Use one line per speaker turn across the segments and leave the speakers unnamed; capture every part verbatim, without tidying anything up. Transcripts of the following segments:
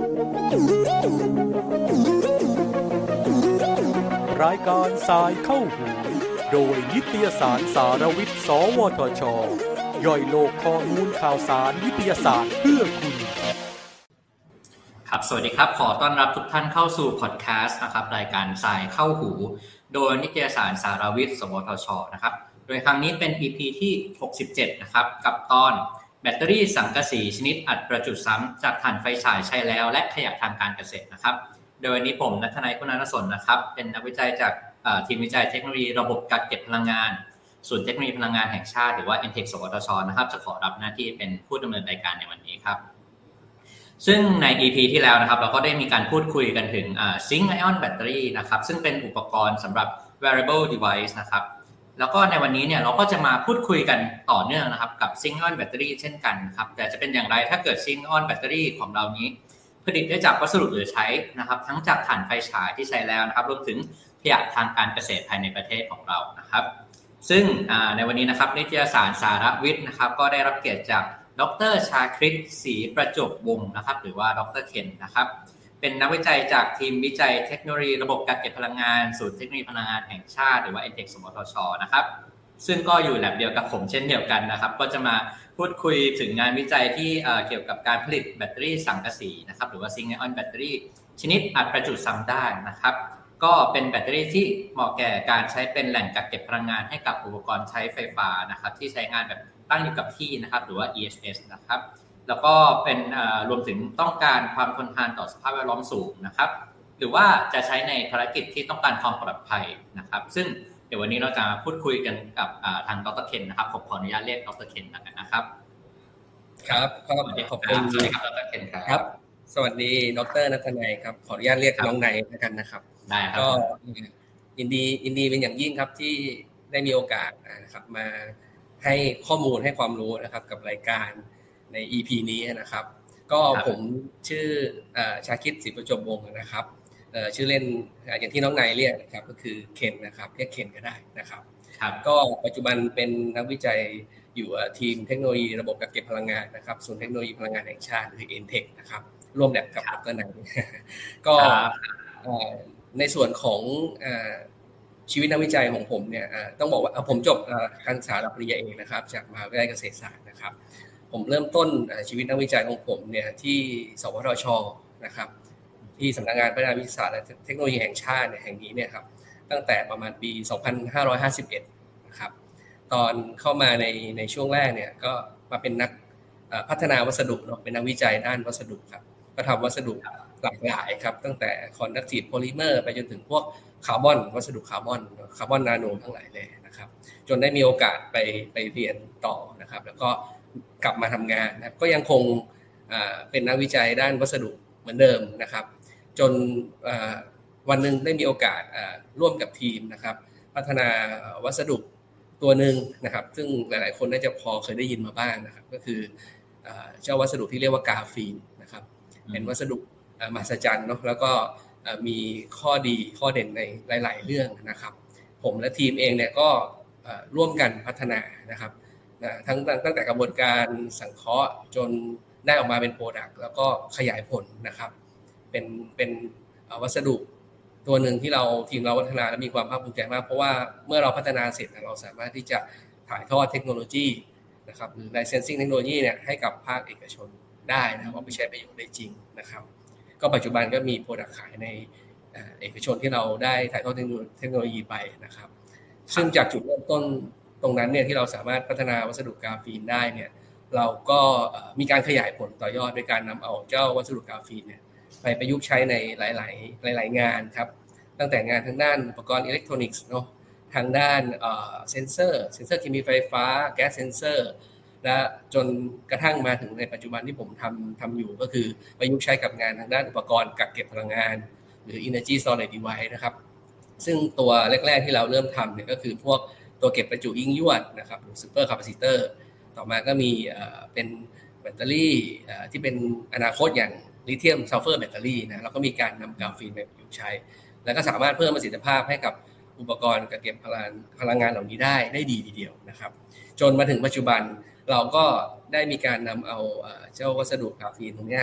รายการสายเข้าหูโดยนิตยสารสารวิทย์สวทชย่อยโลกข้อมูลข่าวสารวิทยาศาสตร์เพื่อคุณ
ครับสวัสดีครับขอต้อนรับทุกท่านเข้าสู่พอดแคสต์นะครับรายการสายเข้าหูโดยนิตยสารสารวิทย์สวทชนะครับโดยครั้งนี้เป็น อี พี ที่หกสิบเจ็ดนะครับกับตอนแบตเตอรี่สังกะสีชนิดอัดประจุซ้ำจากถ่านไฟฉายใช้แล้วและขยะทางการเกษตรนะครับโดยวันนี้ผมณัฐนัย คุณานสนนะครับเป็นนักวิจัยจากทีมวิจัยเทคโนโลยีระบบกักเก็บพลังงานศูนย์เทคโนโลยีพลังงานแห่งชาติหรือว่า เอ็น ที อี ซี สวทชนะครับจะขอรับหน้าที่เป็นผู้ดำเนินรายการในวันนี้ครับซึ่งใน อี พี ที่แล้วนะครับเราก็ได้มีการพูดคุยกันถึง Zinc Ion Battery นะครับซึ่งเป็นอุปกรณ์สำหรับ wearable device นะครับแล้วก็ในวันนี้เนี่ยเราก็จะมาพูดคุยกันต่อเนื่องนะครับกับ Zinc Ion Battery เช่นกันครับแต่จะเป็นอย่างไรถ้าเกิด Zinc Ion Battery ของเรานี้ผลิตได้จากวัสดุเหลือใช้นะครับทั้งจากถ่านไฟฉายที่ใช้แล้วนะครับรวมถึงขยะทางการเกษตรภายในประเทศของเรานะครับซึ่งในวันนี้นะครับนิตยสารสารวิทย์นะครับก็ได้รับเกียรติจากดร.ชาคริต ศรีประจวบวงศ์นะครับหรือว่าดร.เคนนะครับเป็นนักวิจัยจากทีมวิจัยเทคโนโลยีระบบกักเก็บพลังงานศูนย์เทคโนโลยีพลังงานแห่งชาติหรือว่า เอ็น ที อี ซี สวทชนะครับซึ่งก็อยู่แลบเดียวกับผมเช่นเดียวกันนะครับก็จะมาพูดคุยถึงงานวิจัยที่เกี่ยวกับการผลิตแบตเตอรี่สังกะสีนะครับหรือว่า Zinc Ion Battery ชนิดอัดประจุซ้ำได้นะครับก็เป็นแบตเตอรี่ที่เหมาะแก่การใช้เป็นแหล่งกักเก็บพลังงานให้กับอุปกรณ์ใช้ไฟฟ้านะครับที่ใช้งานแบบตั้งอยู่กับที่นะครับหรือว่า อี เอช เอส นะครับแล้วก็เป็นรวมถึงต้องการความทนทานต่อสภาพแวดล้อมสูงนะครับหรือว่าจะใช้ในภารกิจที่ต้องการความปลอดภัยนะครับซึ่งเดี๋ยววันนี้เราจะพูดคุยกันกับทางดร.เคนนะครับผมขออนุญาตเรียกดร.เคนนะครับ
ครับก็ขอบคุณ
สวัสดีครับดร.เคน
ครับสวัสดีดร.ณัฐนัยครับขออนุญาตเรียกน้องนายแล้วกันนะครับ
ได้ครับ
ก็ยินดียินดีเป็นอย่างยิ่งครับที่ได้มีโอกาสนะครับมาให้ข้อมูลให้ความรู้นะครับกับรายการใน อี พี นี้นะครับก็ผมชื่อชาคริต ศรีประจวบวงศ์นะครับชื่อเล่นอย่างที่น้องนายเรียกนะครับก็คือเคนนะครับเรียกเคนก็ได้นะครับก็ปัจจุบันเป็นนักวิจัยอยู่ทีมเทคโนโลยีระบบกักเก็บพลังงานนะครับศูนย์เทคโนโลยีพลังงานแห่งชาติหรือ เอ็น ที อี ซี นะครับร่วมแลบกับดร.นายก็ในส่วนของชีวิตนักวิจัยของผมเนี่ยต้องบอกว่าผมจบการศึกษาระดับปริญญาเอกนะครับจากมหาวิทยาลัยเกษตรศาสตร์นะครับผมเริ่มต้นชีวิตนักวิจัยของผมเนี่ยที่สวทช.นะครับที่สำนักงานพัฒนาวิทยาศาสตร์และเทคโนโลยีแห่งชาติแห่งนี้เนี่ยครับตั้งแต่ประมาณปีสองพันห้าร้อยห้าสิบเอ็ดนะครับตอนเข้ามาในในช่วงแรกเนี่ยก็มาเป็นนักพัฒนาวัสดุเนาะเป็นนักวิจัยด้านวัสดุครับก็ทำวัสดุหลากหลายครับตั้งแต่ conductive polymer ไปจนถึงพวกคาร์บอนวัสดุคาร์บอนคาร์บอนนาโนทั้งหลายเลยนะครับจนได้มีโอกาสไปไปเรียนต่อนะครับแล้วก็กลับมาทำงานนะครับก็ยังคงเป็นนักวิจัยด้านวัสดุเหมือนเดิมนะครับจนวันนึงได้มีโอกาสร่วมกับทีมนะครับพัฒนาวัสดุตัวนึงนะครับซึ่งหลายๆคนน่าจะพอเคยได้ยินมาบ้างนะครับก็คือเจ้าวัสดุที่เรียกว่ากราฟีนนะครับเป็นวัสดุมหัศจรรย์เนาะแล้วก็มีข้อดีข้อเด่นในหลายๆเรื่องนะครับผมและทีมเองเนี่ยก็ร่วมกันพัฒนานะครับทั้งตั้งแต่กระบวนการสังเคราะห์จนได้ออกมาเป็นโปรดักต์แล้วก็ขยายผลนะครับเป็นเป็นวัสดุตัวหนึ่งที่เราทีมเราพัฒนาและมีความภาคภูมิใจมากเพราะว่าเมื่อเราพัฒนาเสร็จเราสามารถที่จะถ่ายทอดเทคโนโลยีนะครับหรือ licensing เทคโนโลยีเนี่ยให้กับภาคเอกชนได้นะครับเอาไปใช้ประโยชน์ได้จริงนะครับก็ปัจจุบันก็มีโปรดักต์ขายในเอกชนที่เราได้ถ่ายทอดเทคโนโลยีไปนะครับซึ่งจากจุดเริ่มต้นตรงนั้นเนี่ยที่เราสามารถพัฒนาวัสดุกราฟีนได้เนี่ยเราก็มีการขยายผลต่อยอดโดยการนำเอาเจ้าวัสดุกราฟีนเนี่ยไปประยุกต์ใช้ในหลายๆหลายๆงานครับตั้งแต่งานทางด้านอุปกรณ์อิเล็กทรอนิกส์เนาะทางด้านเซนเซอร์เซนเซอร์เคมีไฟฟ้าแก๊สเซนเซอร์และจนกระทั่งมาถึงในปัจจุบันที่ผมทำทำอยู่ก็คือประยุกต์ใช้กับงานทางด้านอุปกรณ์กักเก็บพลังงานหรือ Energy Storage Device นะครับซึ่งตัวแรกๆที่เราเริ่มทำเนี่ยก็คือพวกตัวเก็บประจุยิ่งยวดนะครับหรือ Super Capacitor ต่อมาก็มีเป็นแบตเตอรี่ที่เป็นอนาคตอย่างลิเธียมซัลเฟอร์แบตเตอรี่นะแล้วก็มีการนำกราฟีนไปประยุกต์ใช้แล้วก็สามารถเพิ่มประสิทธิภาพให้กับอุปกรณ์กักเก็บพลังพลังงานเหล่านี้ได้ได้ดีทีเดียวนะครับจนมาถึงปัจจุบันเราก็ได้มีการนำเอาเจ้าวัสดุกราฟีนตรงนี้ฮะ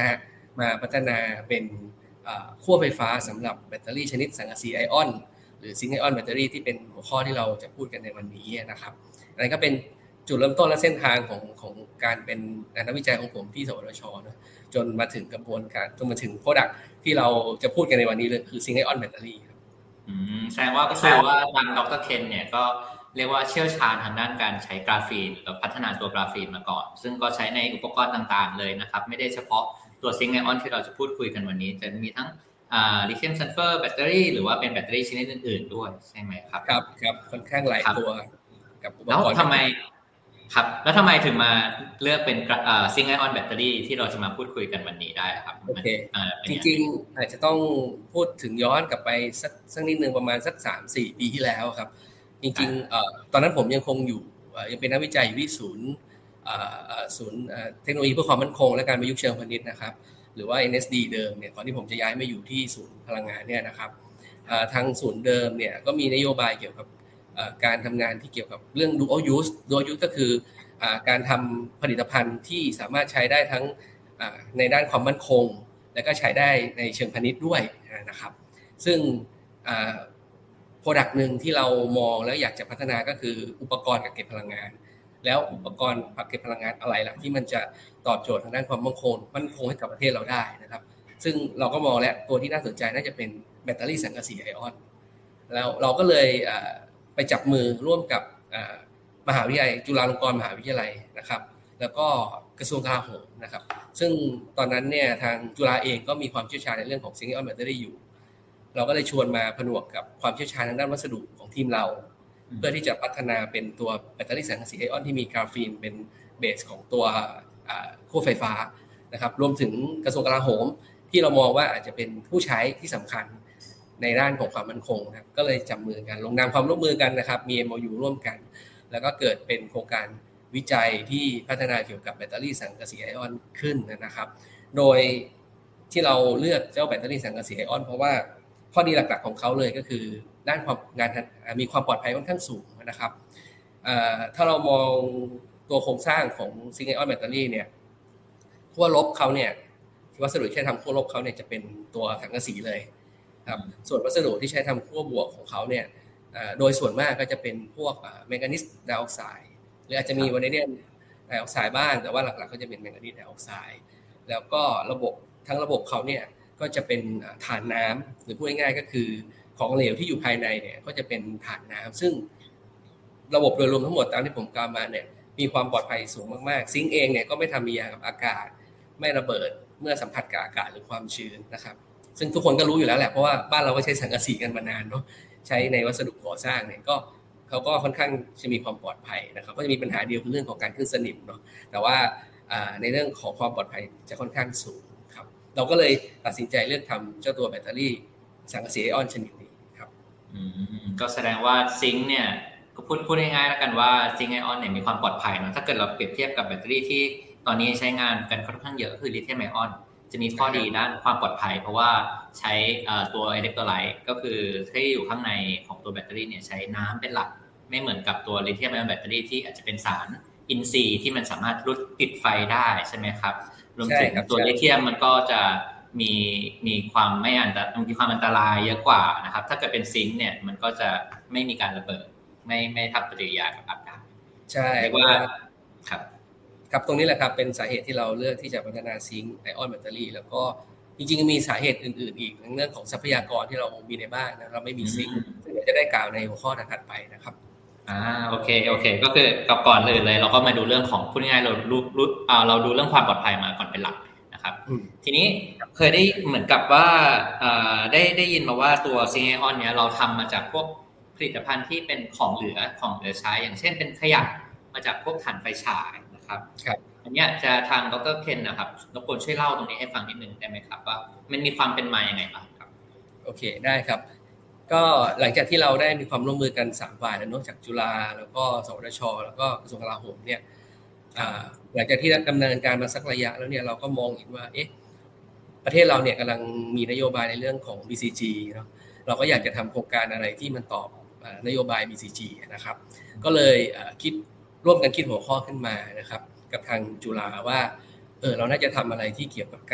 มาพัฒนาเป็นขั้วไฟฟ้าสำหรับแบตเตอรี่ชนิดสังกะสีไอออนหรือซิงค์ไอออนแบตเตอรี่ที่เป็นหัวข้อที่เราจะพูดกันในวันนี้นะครับอันนี้ก็เป็นจุดเริ่มต้นและเส้นทางของของการเป็นนักวิจัยของผมที่สวทช.นะจนมาถึงกระบวนการจนมาถึงโปรดักต์ที่เราจะพูดกันในวันนี้เลยคือซิงค์ไอออนแบตเตอรี่ครับ
อืมแสดงว่าก็แสดงว่าทางดร.เคนเนี่ยก็เรียกว่าเชี่ยวชาญทางด้านการใช้กราฟีนหรือพัฒนาตัวกราฟีนมาก่อนซึ่งก็ใช้ในอุปกรณ์ต่างๆเลยนะครับไม่ได้เฉพาะตัวซิงค์ไอออนที่เราจะพูดคุยกันวันนี้จะมีทั้งอ่าลิเธียมซัลเฟอร์แบตเตอรี่หรือว่าเป็นแบตเตอรี่ชนิดอื่นๆด้วยใช่ไหมครับ
ครับครับค่อนข้างหลายตัว
กับอุปกรณ์แล้วทำไมครับแล้วทำไมถึงมาเลือกเป็นอ่าซิงค์ไอออนแบตเตอรี่ที่เราจะมาพูดคุยกันวันนี้ได้ครับ
โอเคจริงๆอาจจะต้องพูดถึงย้อนกลับไปสักสักนิดนึงประมาณสัก สามถึงสี่ ปีที่แล้วครับจริงๆเอ่อตอนนั้นผมยังคงอยู่ยังเป็นนักวิจัยอยู่ที่ศูนย์ศูนย์เทคโนโลยีเพื่อความมั่นคงและการประยุกต์เชิงพาณิชย์นะครับหรือว่า เอ็น เอส ดี เดิมเนี่ยก่อนที่ผมจะย้ายมาอยู่ที่ศูนย์พลังงานเนี่ยนะครับทางศูนย์เดิมเนี่ยก็มีนโยบายเกี่ยวกับการทำงานที่เกี่ยวกับเรื่อง dual use dual use ก็คือการทำผลิตภัณฑ์ที่สามารถใช้ได้ทั้งในด้านความมั่นคงและก็ใช้ได้ในเชิงพาณิชย์ด้วยนะครับซึ่งโปรดักต์นึงที่เรามองแล้วอยากจะพัฒนาก็คืออุปกรณ์กักเก็บพลังงานแล้วอุปกรณ์กักเก็บพลังงานอะไรล่ะที่มันจะตอบโจทย์ทางด้านความมั่นคงมั่นคงให้กับประเทศเราได้นะครับซึ่งเราก็มองแล้วตัวที่น่าสนใจน่าจะเป็นแบตเตอรี่สังกะสีไอออนแล้วเราก็เลยไปจับมือร่วมกับมหาวิทยาลัยจุฬาลงกรณ์มหาวิทยาลัยนะครับแล้วก็กระทรวงกลาโหมนะครับซึ่งตอนนั้นเนี่ยทางจุฬาเองก็มีความเชี่ยวชาญในเรื่องของซิงค์ไอออนแบตเตอรี่อยู่เราก็เลยชวนมาผนวกกับความเชี่ยวชาญทางด้านวัสดุของทีมเราเพื่อที่จะพัฒนาเป็นตัวแบตเตอรี่สังกะสีไอออนที่มีกราฟีนเป็นเบสของตัวขั้วไฟฟ้านะครับรวมถึงกระทรวงกลาโหมที่เรามองว่าอาจจะเป็นผู้ใช้ที่สำคัญในด้านของความมั่นคงนะครับก็เลยจับมือกันลงนามความร่วมมือกันนะครับมี เอ็ม โอ ยู ร่วมกันแล้วก็เกิดเป็นโครงการวิจัยที่พัฒนาเกี่ยวกับแบตเตอรี่สังกะสีไอออนขึ้นนะครับโดยที่เราเลือกเจ้าแบตเตอรี่สังกะสีไอออนเพราะว่าข้อดีหลักๆของเขาเลยก็คือด้านความงานมีความปลอดภัยค่อนข้างสูงนะครับถ้าเรามองตัวโครงสร้างของซิงค์ไอออนแบตเตอรี่เนี่ยขั้วลบเขาเนี่ยที่วัสดุที่ใช้ทำขั้วลบเขาเนี่ยจะเป็นตัวสังกะสีเลยครับส่วนวัสดุที่ใช้ทำขั้วบวกของเขาเนี่ยโดยส่วนมากก็จะเป็นพวกแมงกานีสไดออกไซด์หรืออาจจะมีวานิเดียมไดออกไซด์บ้างแต่ว่าหลักๆก็จะเป็นแมงกานีสไดออกไซด์แล้วก็ระบบทั้งระบบเขาเนี่ยก็จะเป็นถ่านน้ำหรือพูดง่ายๆก็คือของเหลวที่อยู่ภายในเนี่ยก็จะเป็นถ่านน้ำซึ่งระบบโดยรวมทั้งหมดตามที่ผมกล่าวมาเนี่ยมีความปลอดภัยสูงมากๆซิงค์เองเนี่ยก็ไม่ทำมียากับอากาศไม่ระเบิดเมื่อสัมผัสกับอากาศหรือความชื้นนะครับซึ่งทุกคนก็รู้อยู่แล้วแหละเพราะว่าบ้านเราก็ใช้สังกะสีกันมานานเนาะใช้ในวัสดุก่อสร้างเนี่ยก็เขาก็ค่อนข้างจะมีความปลอดภัยนะครับก็จะมีปัญหาเดียวคือเรื่องของการขึ้นสนิมเนาะแต่ว่าในเรื่องของความปลอดภัยจะค่อนข้างสูงครับเราก็เลยตัดสินใจเลือกทำเจ้าตัวแบตเตอรี่สังกะสีไอออนชนิดนี้ครับ
อืมก็แสดงว่าซิงค์เนี่ยก็พูดพูดง่ายๆแล้วกันว่าซิงค์ไอออนเนี่ยมีความปลอดภัยเนาะถ้าเกิดเราเปรียบเทียบกับแบตเตอรี่ที่ตอนนี้ใช้งานกันค่อนข้างเยอะคือลิเธียมไอออนจะมีข้อดีด้านความปลอดภัยเพราะว่าใช้ตัวอิเล็กโทรไลต์ก็คือที่อยู่ข้างในของตัวแบตเตอรี่เนี่ยใช้น้ำเป็นหลักไม่เหมือนกับตัวลิเธียมไอออนแบตเตอรี่ที่อาจจะเป็นสารอินทรีย์ที่มันสามารถลดติดไฟได้ใช่ไหมครับรวมถึงตัวลิเธียมมันก็จะมีมีความไม่อันตรายมีความอันตรายเยอะกว่านะครับถ้าเกิดเป็นซิงค์เนี่ยมันก็จะไม่มีการระเบิดไม่ไม่ทำปฏิกิริยากับอากาศ
ใช่
เรียกว่าครับ
ครับตรงนี้แหละครับเป็นสาเหตุที่เราเลือกที่จะพัฒนาซิงค์ไอออนแบตเตอรี่แล้วก็จริงๆมีสาเหตุอื่นๆอีกในเรื่องของทรัพยากรที่เรามีในบ้านนะเราไม่มีซิงค์ซึ่งจะได้กล่าวในหัวข้อถัดไปนะครับ
อ่าโอเคโอเคก็คือก่อนอื่นเลยเราก็มาดูเรื่องของพูดง่ายๆเรารู้รู้อ่าเราดูเรื่องความปลอดภัยมาก่อนเป็นหลักนะครับทีนี้เคยได้เหมือนกับว่าอ่าได้ได้ยินมาว่าตัวซิงค์ไอออนเนี่ยเราทำมาจากพวกผลิตภัณฑ์ที่เป็นของเหลือของเหลือใช้อย่างเช่นเป็นขยะมาจากพวกถ่านไฟฉายนะครับอันนี้จะทางดร.เคนนะครับรบกวนช่วยเล่าตรงนี้ให้ฟังนิดนึงได้ไหมครับว่ามันมีความเป็นมาอย่างไงบ้างครับ
โอเคได้ครับก็หลังจากที่เราได้มีความร่วมมือกันสามฝ่ายแล้วนอกจากจุฬาแล้วก็สวทช.แล้วก็กระทรวงกลาโหมเนี่ยหลังจากที่ดำเนินการมาสักระยะแล้วเนี่ยเราก็มองเห็นว่าเอ๊ะประเทศเราเนี่ยกำลังมีนโยบายในเรื่องของ บี ซี จี เนาะเราก็อยากจะทำโครงการอะไรที่มันตอบนโยบาย บี ซี จี นะครับก็เลยคิดร่วมกันคิดหัวข้อขึ้นมานะครับกับทางจุฬาว่าเออเราน่าจะทำอะไรที่เกี่ยวกับการ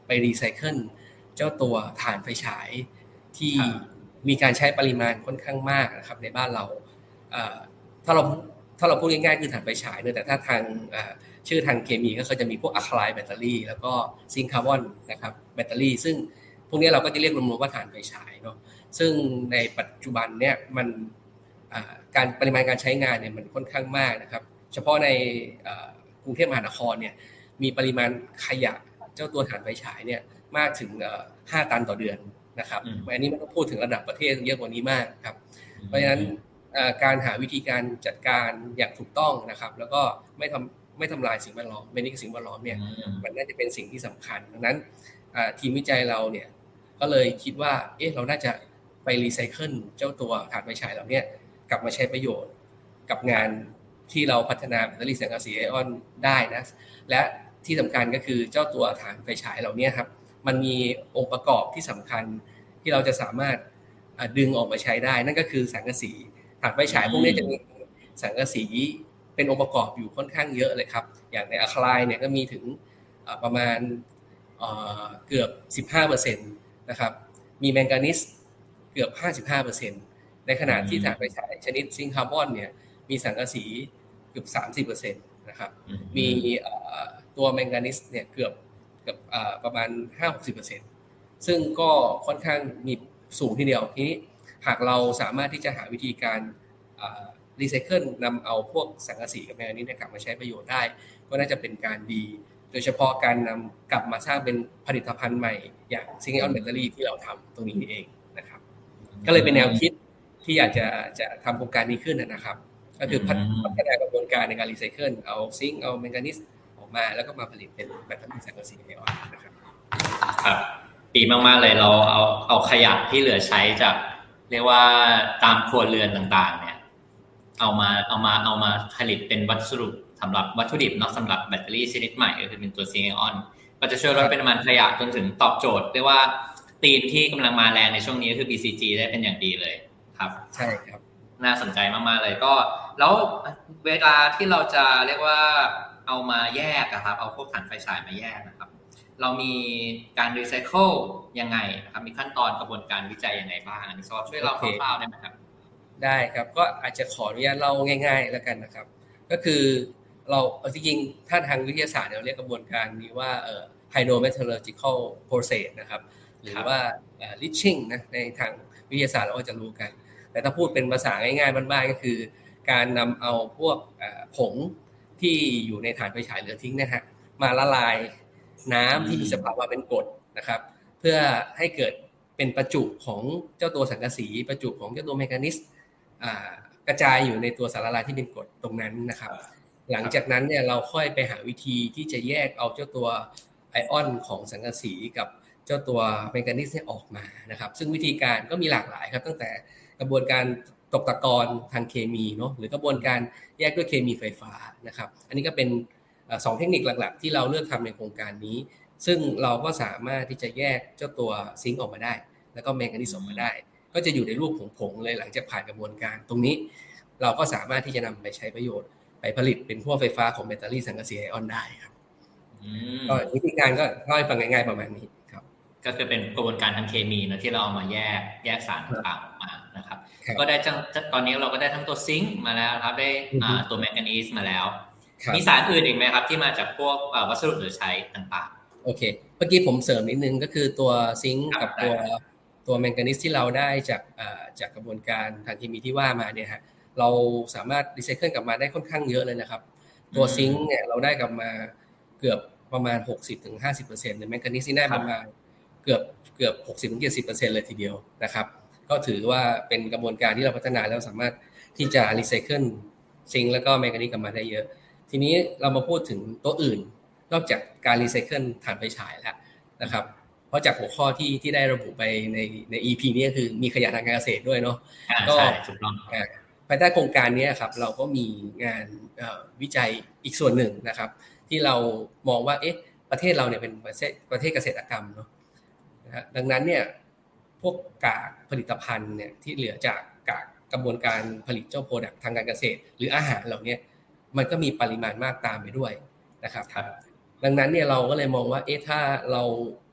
ไปรีไซเคิลเจ้าตัวถ่านไฟฉายที่มีการใช้ปริมาณค่อนข้างมากนะครับในบ้านเราถ้าเราถ้าเราพูดง่ายๆคือถ่านไฟฉายเนี่ยแต่ถ้าทางชื่อทางเคมีก็คือจะมีพวกอะคาไลน์แบตเตอรี่แล้วก็ซิงค์คาร์บอนนะครับแบตเตอรี่ซึ่งพวกนี้เราก็จะเรียกรวมๆว่าถ่านไฟฉายเนาะซึ่งในปัจจุบันเนี่ยมันการปริมาณการใช้งานเนี่ยมันค่อนข้างมากนะครับเฉพาะในกรุงเทพมหานครเนี่ยมีปริมาณขยะเจ้าตัวถ่านไฟฉายเนี่ยมากถึงห้าตันต่อเดือนนะครับอันนี้ไม่ต้องพูดถึงระดับประเทศเยอะกว่านี้มากครับเพราะฉะนั้นการหาวิธีการจัดการอย่างถูกต้องนะครับแล้วก็ไม่ทำไม่ทำลายสิ่งแวดล้อมไม่นี่คือสิ่งแวดล้อมเนี่ยมันน่าจะเป็นสิ่งที่สำคัญดังนั้นทีมวิจัยเราเนี่ยก็เลยคิดว่าเอ๊ะเราน่าจะไปรีไซเคิลเจ้าตัวถ่านไฟฉายเหล่านี้กลับมาใช้ประโยชน์กับงานที่เราพัฒนาแบตเตอรี่แสงรังสีไอออนได้นะและที่สำคัญก็คือเจ้าตัวถ่านไฟฉายเหล่านี้ครับมันมีองค์ประกอบที่สำคัญที่เราจะสามารถดึงออกมาใช้ได้นั่นก็คือสังกะสีถ่านไฟฉายพวกนี้จะมีสังกะสีเป็นองค์ประกอบอยู่ค่อนข้างเยอะเลยครับอย่างในอะคาไลน์เนี่ยก็มีถึงประมาณเกือบ สิบห้าเปอร์เซ็นต์ นะครับมีแมงกานีสเกือบ ห้าสิบห้าเปอร์เซ็นต์ ในขณะที่ถ่านไฟฉายชนิดซิงค์คาร์บอนเนี่ยมีสังกะสีเกือบ สามสิบเปอร์เซ็นต์ นะครับมีตัวแมงกานีสเนี่ยเกือบเกือบประมาณ ห้าถึงหกสิบเปอร์เซ็นต์ ซึ่งก็ค่อนข้างมีสูงทีเดียวทีนี้หากเราสามารถที่จะหาวิธีการรีไซเคิลนำเอาพวกสังกะสีกับแมงกานีสกลับมาใช้ประโยชน์ได้ก็น่าจะเป็นการดีโดยเฉพาะการนำกลับมาสร้างเป็นผลิตภัณฑ์ใหม่อย่างซิงค์ไอออนแบตเตอรี่ที่เราทำตรงนี้เองนะครับก็เลยเป็นแนวคิดที่อยากจะจะทำโครงการนี้ขึ้นนะครับก็คือพัฒนากระบวนการในการรีไซเคิลเอาซิงค์เอาแมงกานีสออกมาแล้วก็มาผลิตเป็นแบตเตอรี่สังกะสีไอออนนะครับ
ครับดีมากๆเลยเราเอาเอาขยะที่เหลือใช้จากเรียกว่าตามครัวเรือนต่างๆเนี่ยเอามาเอามาเอามาผลิตเป็นวัสดุสำหรับวัตถุดิบเนาะสำหรับแบตเตอรี่ชนิดใหม่ก็คือเป็นตัวซิงค์ไอออนก็จะช่วยลดปริมาณขยะจนถึงตอบโจทย์เรียกว่าธีมที่กำลังมาแรงในช่วงนี้ก็คือ บี ซี จี ได้เป็นอย่างดีเลยครับ
ใช่ครับ
น่าสนใจมากๆเลยก็แล้วเวลาที่เราจะเรียกว่าเอามาแยกอะครับเอาพวกถ่านไฟฉายมาแยกนะครับเรามีการรีไซเคิลยังไงนะครับมีขั้นตอนกระบวนการวิจัยยังไงบ้างอันนี้ซอช่วยเล่าคร่าวๆได้ไหมครับ
ได้ครับก็อาจจะขออนุญาตเล่าง่ายๆแล้วกันนะครับก็คือเราจริงๆถ้าทางวิทยาศาสตร์เราเรียกกระบวนการนี้ว่าเอ่อ hydrometallurgical process นะครับหรือว่า leaching นะในทางวิทยาศาสตร์เราก็จะรู้กันแต่ถ้าพูดเป็นภาษาง่ายๆบ้านๆก็คือการนำเอาพวกผงที่อยู่ในถ่านไฟฉายเหลือทิ้งนะฮะมาละลายน้ำที่มีสภาวะเป็นกรดนะครับเพื่อให้เกิดเป็นประจุของเจ้าตัวสังกะสีประจุของเจ้าตัวแมงกานีสกระจายอยู่ในตัวสารละลายที่เป็นกรดตรงนั้นนะครับหลังจากนั้นเนี่ยเราค่อยไปหาวิธีที่จะแยกเอาเจ้าตัวไอออนของสังกะสีกับเจ้าตัวแมงกานีสออกมานะครับซึ่งวิธีการก็มีหลากหลายครับตั้งแต่กระบวนการตกตะกอนทางเคมีเนาะหรือกระบวนการแยกด้วยเคมีไฟฟ้านะครับอันนี้ก็เป็นสองเทคนิคหลักๆที่เราเลือกทำในโครงการนี้ซึ่งเราก็สามารถที่จะแยกเจ้าตัวซิงค์ออกมาได้แล้วก็แมงกานีสออกมาได้ก็จะอยู่ในรูปผงๆเลยหลังจากผ่านกระบวนการตรงนี้เราก็สามารถที่จะนำไปใช้ประโยชน์ไปผลิตเป็นขั้วไฟฟ้าของแบตเตอรี่สังกะสีไอออนได้ครับก็วิธีการก็เล่าให้ฟังง่ายๆประมาณนี้ครับ
ก็คือเป็นกระบวนการทางเคมีนะที่เราเอามาแยกแยกสารต่างๆออกมานะครับก็ได้ตอนนี้เราก็ได้ทั้งตัวซิงค์มาแล้วครับได้ตัวแมงกานีสมาแล้วมีสารอื่นอีกไหมครับที่มาจากพวกวัสดุเหลือใช้ต่าง
ๆโอเคเมื่อกี้ผมเสริมนิดนึงก็คือตัวซิงค์กับตัวตัวแมงกานีสที่เราได้จากจากกระบวนการทางเคมีที่ว่ามาเนี่ยฮะเราสามารถรีไซเคิลกลับมาได้ค่อนข้างเยอะเลยนะครับตัวซิงค์เนี่ยเราได้กลับมาเกือบประมาณ หกสิบถึงห้าสิบเปอร์เซ็นต์ ในแมงกานีสที่ได้ประมาณเกือบเกือบ หกสิบถึงเจ็ดสิบเปอร์เซ็นต์ เลยทีเดียวนะครับก็ถือว่าเป็นกระบวนการที่เราพัฒนาแล้วสามารถที่จะรีไซเคิลซิงค์แล้วก็แมงกานีสกลับมาได้เยอะทีนี้เรามาพูดถึงตัวอื่นนอกจากการรีไซเคิลถ่านไฟฉายแล้วนะครับเพราะจากหัวข้อที่ที่ได้ระบุไปในใน อี พี นี้คือมีขยะทางการเกษตรด้วยเนาะ
ก็ถูกต้อง
ภายใต้โครงการนี้ครับเราก็มีงานวิจัยอีกส่วนหนึ่งนะครับที่เรามองว่าเอ๊ะประเทศเราเนี่ยเป็นประเทศประเทศเกษตรกรรมเนาะนะฮะดังนั้นเนี่ยพวกกากผลิตภัณฑ์เนี่ยที่เหลือจากกากกระบวนการผลิตเจ้าโปรดักต์ทางการเกษตรหรืออาหารเหล่านี้มันก็มีปริมาณมากตามไปด้วยนะครับดังนั้นเนี่ยเราก็เลยมองว่าเอ๊ะถ้าเรา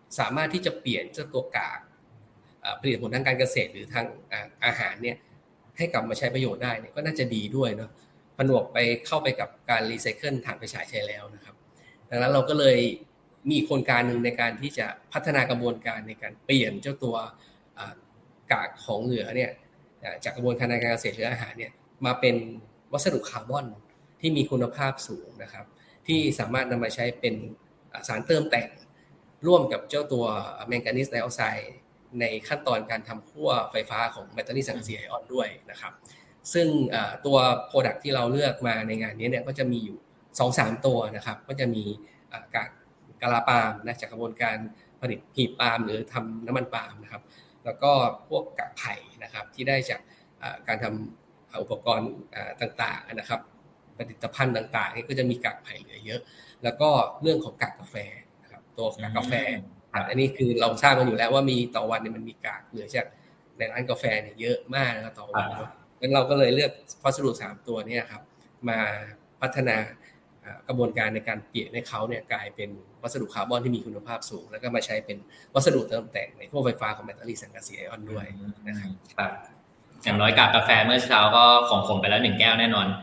สามารถที่จะเปลี่ยนเจ้าตัวกากผลิตผลทางการเกษตรหรือทางอาหารเนี่ยให้กลับมาใช้ประโยชน์ได้เนี่ยก็น่าจะดีด้วยเนาะผนวกไปเข้าไปกับการรีไซเคิลถ่านไฟฉายใช้แล้วนะครับดังนั้นเราก็เลยมีโครงการหนึ่งในการที่จะพัฒนากระบวนการในการเปลี่ยนเจ้าตัวกากของเหลือเนี่ยจากกระบวนการทางการเกษตรหรืออาหารเนี่ยมาเป็นวัสดุคาร์บอนที่มีคุณภาพสูงนะครับที่สามารถนำมาใช้เป็นสารเติมแต่งร่วมกับเจ้าตัวแมงกานีสไดออกไซด์ในขั้นตอนการทำขั้วไฟฟ้าของแบตเตอรี่สังกะสีไอออนด้วยนะครับซึ่งตัว product ที่เราเลือกมาในงานนี้เนี่ยก็จะมีอยู่ สองถึงสาม ตัวนะครับก็จะมีกากกะลาปาล์มนะจากกระบวนการผลิตหีบปาล์มหรือทำน้ำมันปาล์มนะครับแล้วก็พวกกากไผ่นะครับที่ได้จากการทำอุปกรณ์ต่างๆนะครับผลิตภัณฑ์ต่างๆก็จะมีกากไผ่เหลือเยอะแล้วก็เรื่องของกากกาแฟนะครับตัวกากกาแฟอันนี้คือเราทราบกันอยู่แล้วว่ามีต่อวันเนี่ยมันมีกากเหลือจากในร้านกาแฟเนี่ยเยอะมากนะครับต่อวันงั้นเราก็เลยเลือกวัสดุสามตัวนี้ครับมาพัฒนากระบวนการในการเปลี่ยนให้เขาเนี่ยกลายเป็นวัสดุคาร์บอนที่มีคุณภาพสูงแล้วก็มาใช้เป็นวัสดุเติมแต่งในขั้วไฟฟ้าของแบตเตอรี่สังกะสีไอออนด้วยนะครับ
ครับอย่างน้อยกากกาแฟเมื่อเช้าก็ของผมไปแล้วหนึ่งแก้วแน่นอน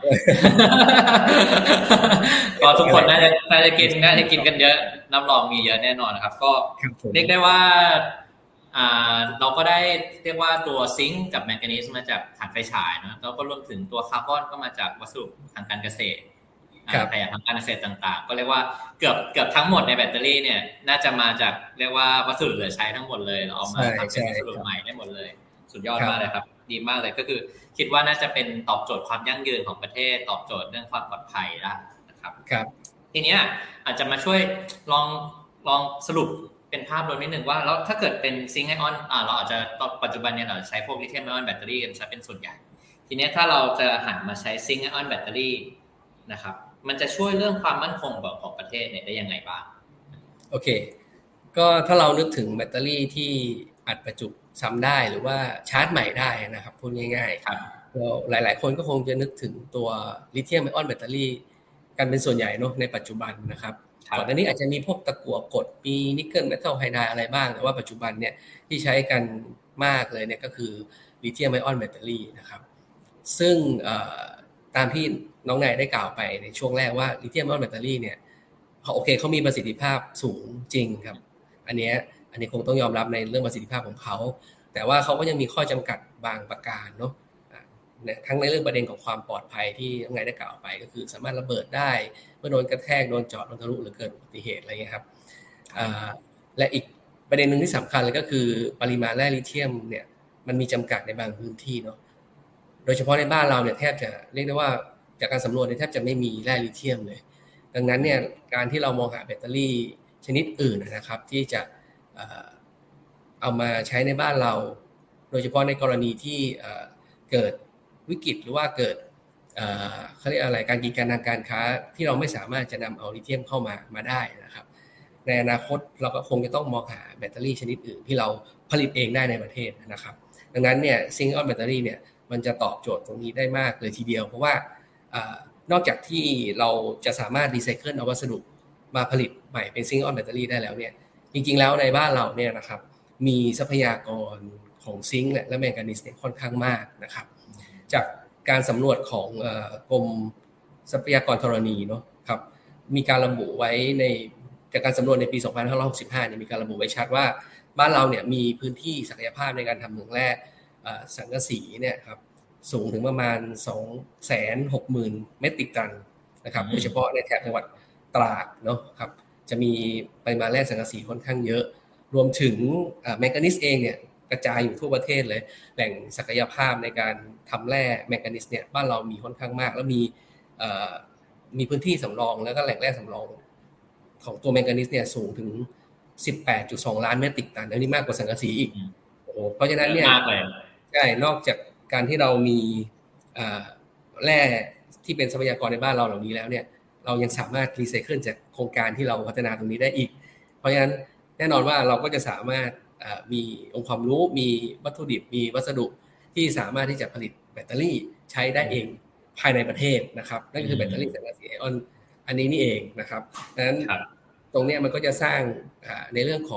ก็ทุกคนน่าจะน่าจะกินน่าจะกินกันเยอะน้ำรองมีเยอะแน่นอนนะครับก็เรียกได้ว่าอ่าเราก็ได้เรียกว่าตัวซิงค์กับแมงกานีสมาจากถ่านไฟฉายนะแล้วก็รวมถึงตัวคาร์บอนก็มาจากวัสดุทางการเกษตรขยะทางการเกษตรต่างๆก็เรียกว่าเกือบเกือบทั้งหมดในแบตเตอรี่เนี่ยน่าจะมาจากเรียกว่าวัสดุเหลือใช้ทั้งหมดเลยเราเอามาทำเป็นวัสดุใหม่ได้หมดเลยสุดยอดมากเลยครับดีมากเลยก็คือคิดว่าน่าจะเป็นตอบโจทย์ความยั่งยืนของประเทศตอบโจทย์เรื่องความปลอดภัยได้นะครับ
ครับ
ทีเนี้ยอาจจะมาช่วยลองลองสรุปเป็นภาพรวมนิดนึงว่าแล้วถ้าเกิดเป็นซิงค์ไอออนอ่าเราอาจจะปัจจุบันเนี่ยเราใช้พวกลิเธียมไอออนแบตเตอรี่กันใช้เป็นส่วนใหญ่ทีเนี้ยถ้าเราจะหันมาใช้ซิงค์ไอออนแบตเตอรี่นะครับมันจะช่วยเรื่องความมั่นคงของประเทศเนี่ยได้ยังไงบ้าง
โอเคก็ถ้าเรานึกถึงแบตเตอรี่ที่อัดประจุซ้ำได้หรือว่าชาร์จใหม่ได้นะครับพูดง่ายๆครับหลายๆคนก็คงจะนึกถึงตัวลิเธียมไอออนแบตเตอรี่กันเป็นส่วนใหญ่เนาะในปัจจุบันนะครับก่อนหน้านี้อาจจะมีพวกตะกั่วกดมีนิกเกิลเมทัลไฮไดรด์อะไรบ้างแต่ว่าปัจจุบันเนี่ยที่ใช้กันมากเลยเนี่ยก็คือลิเธียมไอออนแบตเตอรี่นะครับซึ่งตามที่น้องนายได้กล่าวไปในช่วงแรกว่าลิเธียมไอออนแบตเตอรี่เนี่ยโอเคเขามีประสิทธิภาพสูงจริงครับอันนี้อันนี้คงต้องยอมรับในเรื่องประสิทธิภาพของเขาแต่ว่าเขาก็ยังมีข้อจำกัดบางประการเนาะทั้งในเรื่องประเด็นของความปลอดภัยที่น้องนายได้กล่าวไปก็คือสามารถระเบิดได้เมื่อโดนกระแทกโดนเจาะโดนทะลุหรือเกิดอุบัติเหตุอะไรเงี้ยครับและอีกประเด็นนึงที่สำคัญเลยก็คือปริมาณแร่ลิเธียมเนี่ยมันมีจำกัดในบางพื้นที่เนาะโดยเฉพาะในบ้านเราเนี่ยแทบจะเรียกได้ว่าจากการสำรวจเนี่ยแทบจะไม่มีแร่ลิเธียมเลยดังนั้นเนี่ยการที่เรามองหาแบตเตอรี่ชนิดอื่นนะครับที่จะเอามาใช้ในบ้านเราโดยเฉพาะในกรณีที่เกิดวิกฤตหรือว่าเกิดเขาเรียกอะไรการกีดกันทางการค้าที่เราไม่สามารถจะนำเอาลิเธียมเข้ามามาได้นะครับในอนาคตเราก็คงจะต้องมองหาแบตเตอรี่ชนิดอื่นที่เราผลิตเองได้ในประเทศนะครับดังนั้นเนี่ยซิงค์ออนแบตเตอรี่เนี่ยมันจะตอบโจทย์ตรงนี้ได้มากเลยทีเดียวเพราะว่านอกจากที่เราจะสามารถรีไซเคิลเอาวัสดุมาผลิตใหม่เป็นซิงค์ออนแบตเตอรี่ได้แล้วเนี่ยจริงๆแล้วในบ้านเราเนี่ยนะครับมีทรัพยากรของซิงค์และแมงกานีสเนี่ยค่อนข้างมากนะครับจากการสำรวจของกรมทรัพยากรธรณีเนาะครับมีการระบุไว้ในจากการสำรวจในปีสองพันห้าร้อยหกสิบห้าเนี่ยมีการระบุไว้ชัดว่าบ้านเราเนี่ยมีพื้นที่ศักยภาพในการทำเหมืองแร่สังกะสีเนี่ยครับสูงถึงประมาณ สองแสนหกหมื่น เมตริกตันนะครับโดยเฉพาะในแถบจังหวัดตราดเนาะครับจะมีปริมาณแร่สังกะสีค่อนข้างเยอะรวมถึงแมงกานีสเองเนี่ยกระจายอยู่ทั่วประเทศเลยแหล่งศักยภาพในการทำแร่แมงกานีสเนี่ยบ้านเรามีค่อนข้างมากแล้วมีมีพื้นที่สำรองแล้วก็แหล่งแร่สำรองของตัวแมงกานีสเนี่ยสูงถึง สิบแปดจุดสอง ล้านเมตริกตันอันนี้มากกว่าสังกะสีอีกโอ้โหเพราะฉะนั้นเนี่ยใช่นอกจากการที่เรามีแร่ที่เป็นทรัพยากรในบ้านเราเหล่านี้แล้วเนี่ยเรายังสามารถรีไซเคิลจากโครงการที่เราพัฒนาตรงนี้ได้อีกเพราะฉะนั้นแน่นอนว่าเราก็จะสามารถมีองค์ความรู้มีวัตถุดิบมีวัสดุที่สามารถที่จะผลิตแบตเตอรี่ใช้ได้เองภายในประเทศนะครับนั่นคือแบตเตอรี่สังกะสีไอออนอันนี้นี่เองนะครับดังนั้นตรงนี้มันก็จะสร้างในเรื่องของ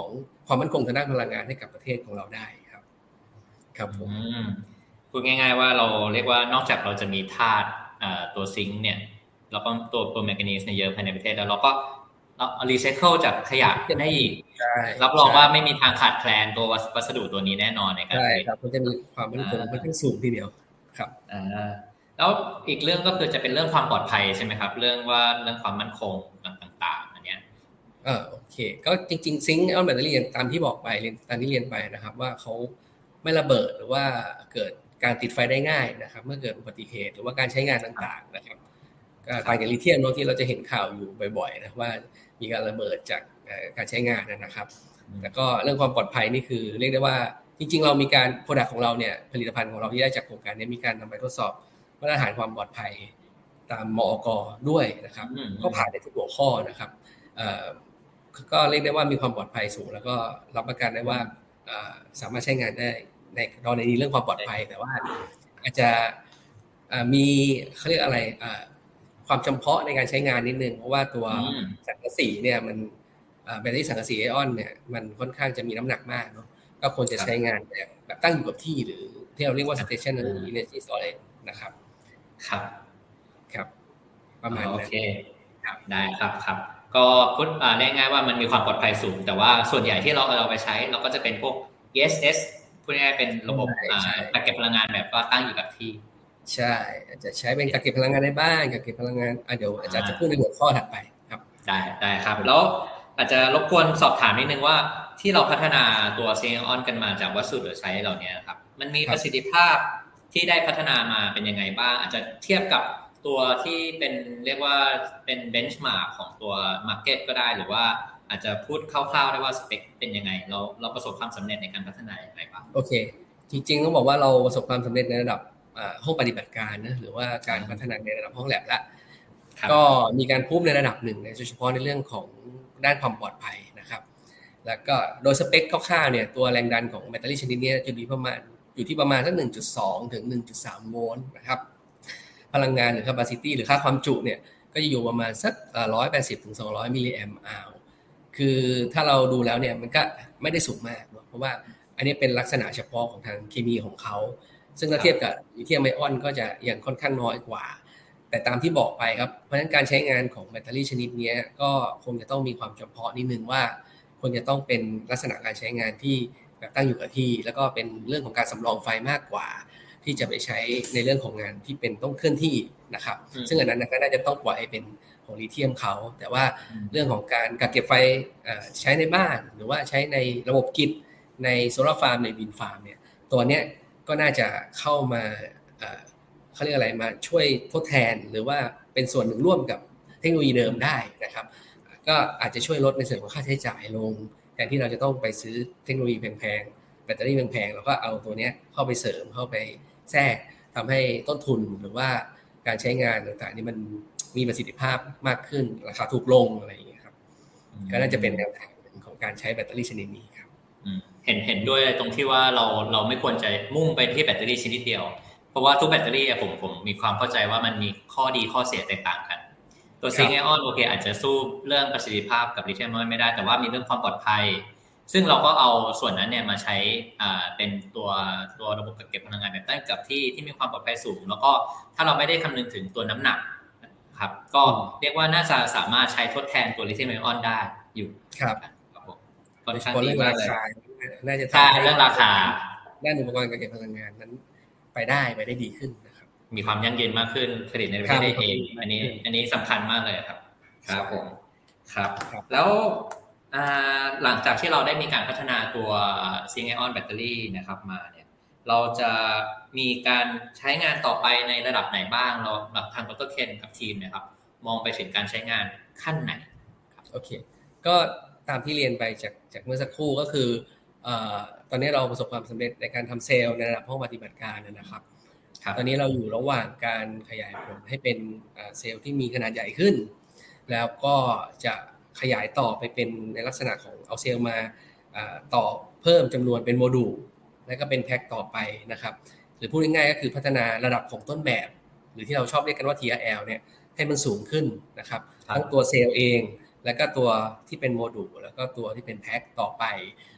ความมั่นคงทางด้านพลังงานให้กับประเทศของเราได้ครับครับผม
พูดง่ายๆว่าเราเรียกว่านอกจากเราจะมีธาตุตัวซิงค์เนี่ยแล้วก็ตัวตัวแมงกานีสเนี่ยเยอะภายในประเทศแล้วเราก็รีไซเคิลจากขยะได้อีกรับรองว่าไม่มีทางขาดแคลนตัววัสดุตัวนี้แน่นอนในการ
ใช่ครับมันจะมีความมั่นคงค่อนข้างสูงทีเดียวครับ
อ่าแล้วอีกเรื่องก็คือจะเป็นเรื่องความปลอดภัยใช่ไหมครับเรื่องว่าเรื่องความมั่นคงต่างๆอันเนี้ย
เออโอเคก็จริงๆซิงค์ออนแบตเตอรี่ตามที่บอกไปตามที่เรียนไปนะครับว่าเขาไม่ระเบิดหรือว่าเกิดการติดไฟได้ง่ายนะครับเมื่อเกิดอุบัติเหตุหรือว่าการใช้งานต่างๆนะครับต่างจากลิเธียมที่เราจะเห็นข่าวอยู่บ่อยๆนะว่ามีการระเบิดจากการใช้งานนะครับแต่ก็เรื่องความปลอดภัยนี่คือเรียกได้ว่าจริงๆเรามีการโปรดักต์ของเราเนี่ยผลิตภัณฑ์ของเราที่ได้จากโครงการนี้มีการนำไปทดสอบมาตรฐานความปลอดภัยตามมอก.ด้วยนะครับก็ผ่านในทุกหัวข้อนะครับก็เรียกได้ว่ามีความปลอดภัยสูงแล้วก็รับประกันได้ว่าสามารถใช้งานได้ในตอนนี้เรื่องความปลอดภัยแต่ว่าอาจจะมีเขาเรียกอะไรความจำเพาะในการใช้งานนิดนึงเพราะว่าตัวสังกะสีเนี่ยมันแบตเตอรี่สังกะสีไอออนเนี่ยมันค่อนข้างจะมีน้ำหนักมากเนาะก็ควรจะใช้งานแบบแบบตั้งอยู่กับที่หรือที่เราเรียกว่า stationary energy storage นะครับ
ครับ
ครับประมาณนั้น
โอเคครับได้ครับครับก็พูดอ่าง่ายๆว่ามันมีความปลอดภัยสูงแต่ว่าส่วนใหญ่ที่เราเอาไปใช้เราก็จะเป็นพวก อี เอส เอส พูดง่ายๆเป็นระบบอ่ากักเก็บพลังงานแบบว่าตั้งอยู่กับที่
ใช่อาจจะใช้เป็นกักเก็บพลังงานในบ้านกักเก็บพลังงานอ่ะเดี๋ยวอาจารย์จะพูดในหัวข้อถัดไปครับ
ได้ได้ครับแล้วอาจจะรบกวนสอบถามนิดนึงว่าที่เราพัฒนาตัวซิงค์ออนกันมาจากวัสดุเหลือใช้เหล่านี้ครับมันมีประสิทธิภาพที่ได้พัฒนามาเป็นยังไงบ้างอาจจะเทียบกับตัวที่เป็นเรียกว่าเป็นเบนช์มาร์กของตัวมาร์เก็ตก็ได้หรือว่าอาจจะพูดคร่าวๆได้ว่าสเปคเป็นยังไงเราเราประสบความสำเร็จในการพัฒนาอย่างไรบ้าง
โอเคจริงๆต้องบอกว่าเราประสบความสำเร็จในระดับห้องปฏิบัติการนะหรือว่าการพัฒนาในระดับห้องแลบละก็มีการพูดในระดับหนึ่งโดยเฉพาะในเรื่องของด้านความปลอดภัยนะครับแล้วก็โดยสเปคคร่าวๆเนี่ยตัวแรงดันของแบตเตอรี่ชนิดนี้จะอยู่ประมาณอยู่ที่ประมาณสัก หนึ่งจุดสอง ถึง หนึ่งจุดสาม โวลต์นะครับพลังงานหรือ capacity หรือค่าความจุเนี่ยก็จะอยู่ประมาณสักหนึ่งร้อยแปดสิบถึงสองร้อยมิลลิแอมป์อาวคือถ้าเราดูแล้วเนี่ยมันก็ไม่ได้สูงมากเพราะว่าอันนี้เป็นลักษณะเฉพาะของทางเคมีของเขาซึ่งถ้าเทียบกับลิเธียมไอออนก็จะยังค่อนข้างน้อยกว่าแต่ตามที่บอกไปครับเพราะฉะนั้นการใช้งานของแบตเตอรี่ชนิดนี้ก็คงจะต้องมีความจำเพาะนิดนึงว่าควรจะต้องเป็นลักษณะการใช้งานที่แบบตั้งอยู่กับที่แล้วก็เป็นเรื่องของการสำรองไฟมากกว่าที่จะไปใช้ในเรื่องของงานที่เป็นต้องเคลื่อนที่นะครับซึ่งอันนั้นก็น่าจะต้องปล่อยให้เป็นของลิเธียมเขาแต่ว่าเรื่องของการกักเก็บไฟใช้ในบ้านหรือว่าใช้ในระบบกิจในโซลาร์ฟาร์มในวินฟาร์มเนี่ยตัวเนี้ยก็น่าจะเข้ามาเขาเรียกอะไรมาช่วยทดแทนหรือว่าเป็นส่วนหนึ่งร่วมกับเทคโนโลยีเดิมได้นะครับก็อาจจะช่วยลดในส่วนของค่าใช้จ่ายลงแทนที่เราจะต้องไปซื้อเทคโนโลยีแพงๆแบตเตอรี่แพงๆเราก็เอาตัวนี้เข้าไปเสริมเข้าไปแทรกทำให้ต้นทุนหรือว่าการใช้งานต่างๆนี่มันมีประสิทธิภาพมากขึ้นราคาถูกลงอะไรอย่างเงี้ยครับก็น่าจะเป็นแนวทางของการใช้แบตเตอรี่ชนิดนี้ครับ
เห็นเห็นด้วยตรงที่ว่าเราเราไม่ควรจะมุ่งไปที่แบตเตอรี่ชนิดเดียวเพราะว่าทุกแบตเตอรี่ผมผมมีความเข้าใจว่ามันมีข้อดีข้อเสียแตกต่างกันตัวซิงค์ไอออนโอเคอาจจะสู้เรื่องประสิทธิภาพกับลิเธียมไอออนไม่ได้แต่ว่ามีเรื่องความปลอดภัยซึ่งเราก็เอาส่วนนั้นเนี่ยมาใช้อ่าเป็นตัวตัวระบบกักเก็บพลังงานแบบตั้งกับที่ที่มีความปลอดภัยสูงแล้วก็ถ้าเราไม่ได้คำนึงถึงตัวน้ำหนักครับก็เรียกว่าน่าจะสามารถใช้ทดแทนตัวลิเธียมไอออนได้อยู่
ครับ
ค่อนข้างดีมากเลย
น่าจะ
ทำให้เรื่องราคา
ด้านอุปกรณ์กักเก็บพลังงานนั้นไปได้ไปได้ดีขึ้นนะครับ
มีความยั่งยืนมากขึ้นผลิตในประเทศได้เองอันนี้อันนี้สำคัญมากเลยครับครับผมครับแล้วหลังจากที่เราได้มีการพัฒนาตัวซิงค์ไอออนแบตเตอรี่นะครับมาเนี่ยเราจะมีการใช้งานต่อไปในระดับไหนบ้างเราทางดร.เคนกับทีมเนี่ยครับมองไปถึงการใช้งานขั้นไหน
โอเคก็ตามที่เรียนไปจากจากเมื่อสักครู่ก็คือเอ่อตอนนี้เราประสบความสำเร็จในการทำเซลล์ในระดับห้องปฏิบัติการนะครับตอนนี้เราอยู่ระหว่างการขยายผลให้เป็นเซลล์ที่มีขนาดใหญ่ขึ้นแล้วก็จะขยายต่อไปเป็นในลักษณะของเอาเซลล์มาต่อเพิ่มจำนวนเป็นโมดูลแล้วก็เป็นแพ็คต่อไปนะครับหรือพูดง่ายๆก็คือพัฒนาระดับของต้นแบบหรือที่เราชอบเรียกกันว่า ที อาร์ แอล เนี่ยให้มันสูงขึ้นนะครับทั้งตัวเซลล์เองแล้วก็ตัวที่เป็นโมดูลแล้วก็ตัวที่เป็นแพ็คต่อไป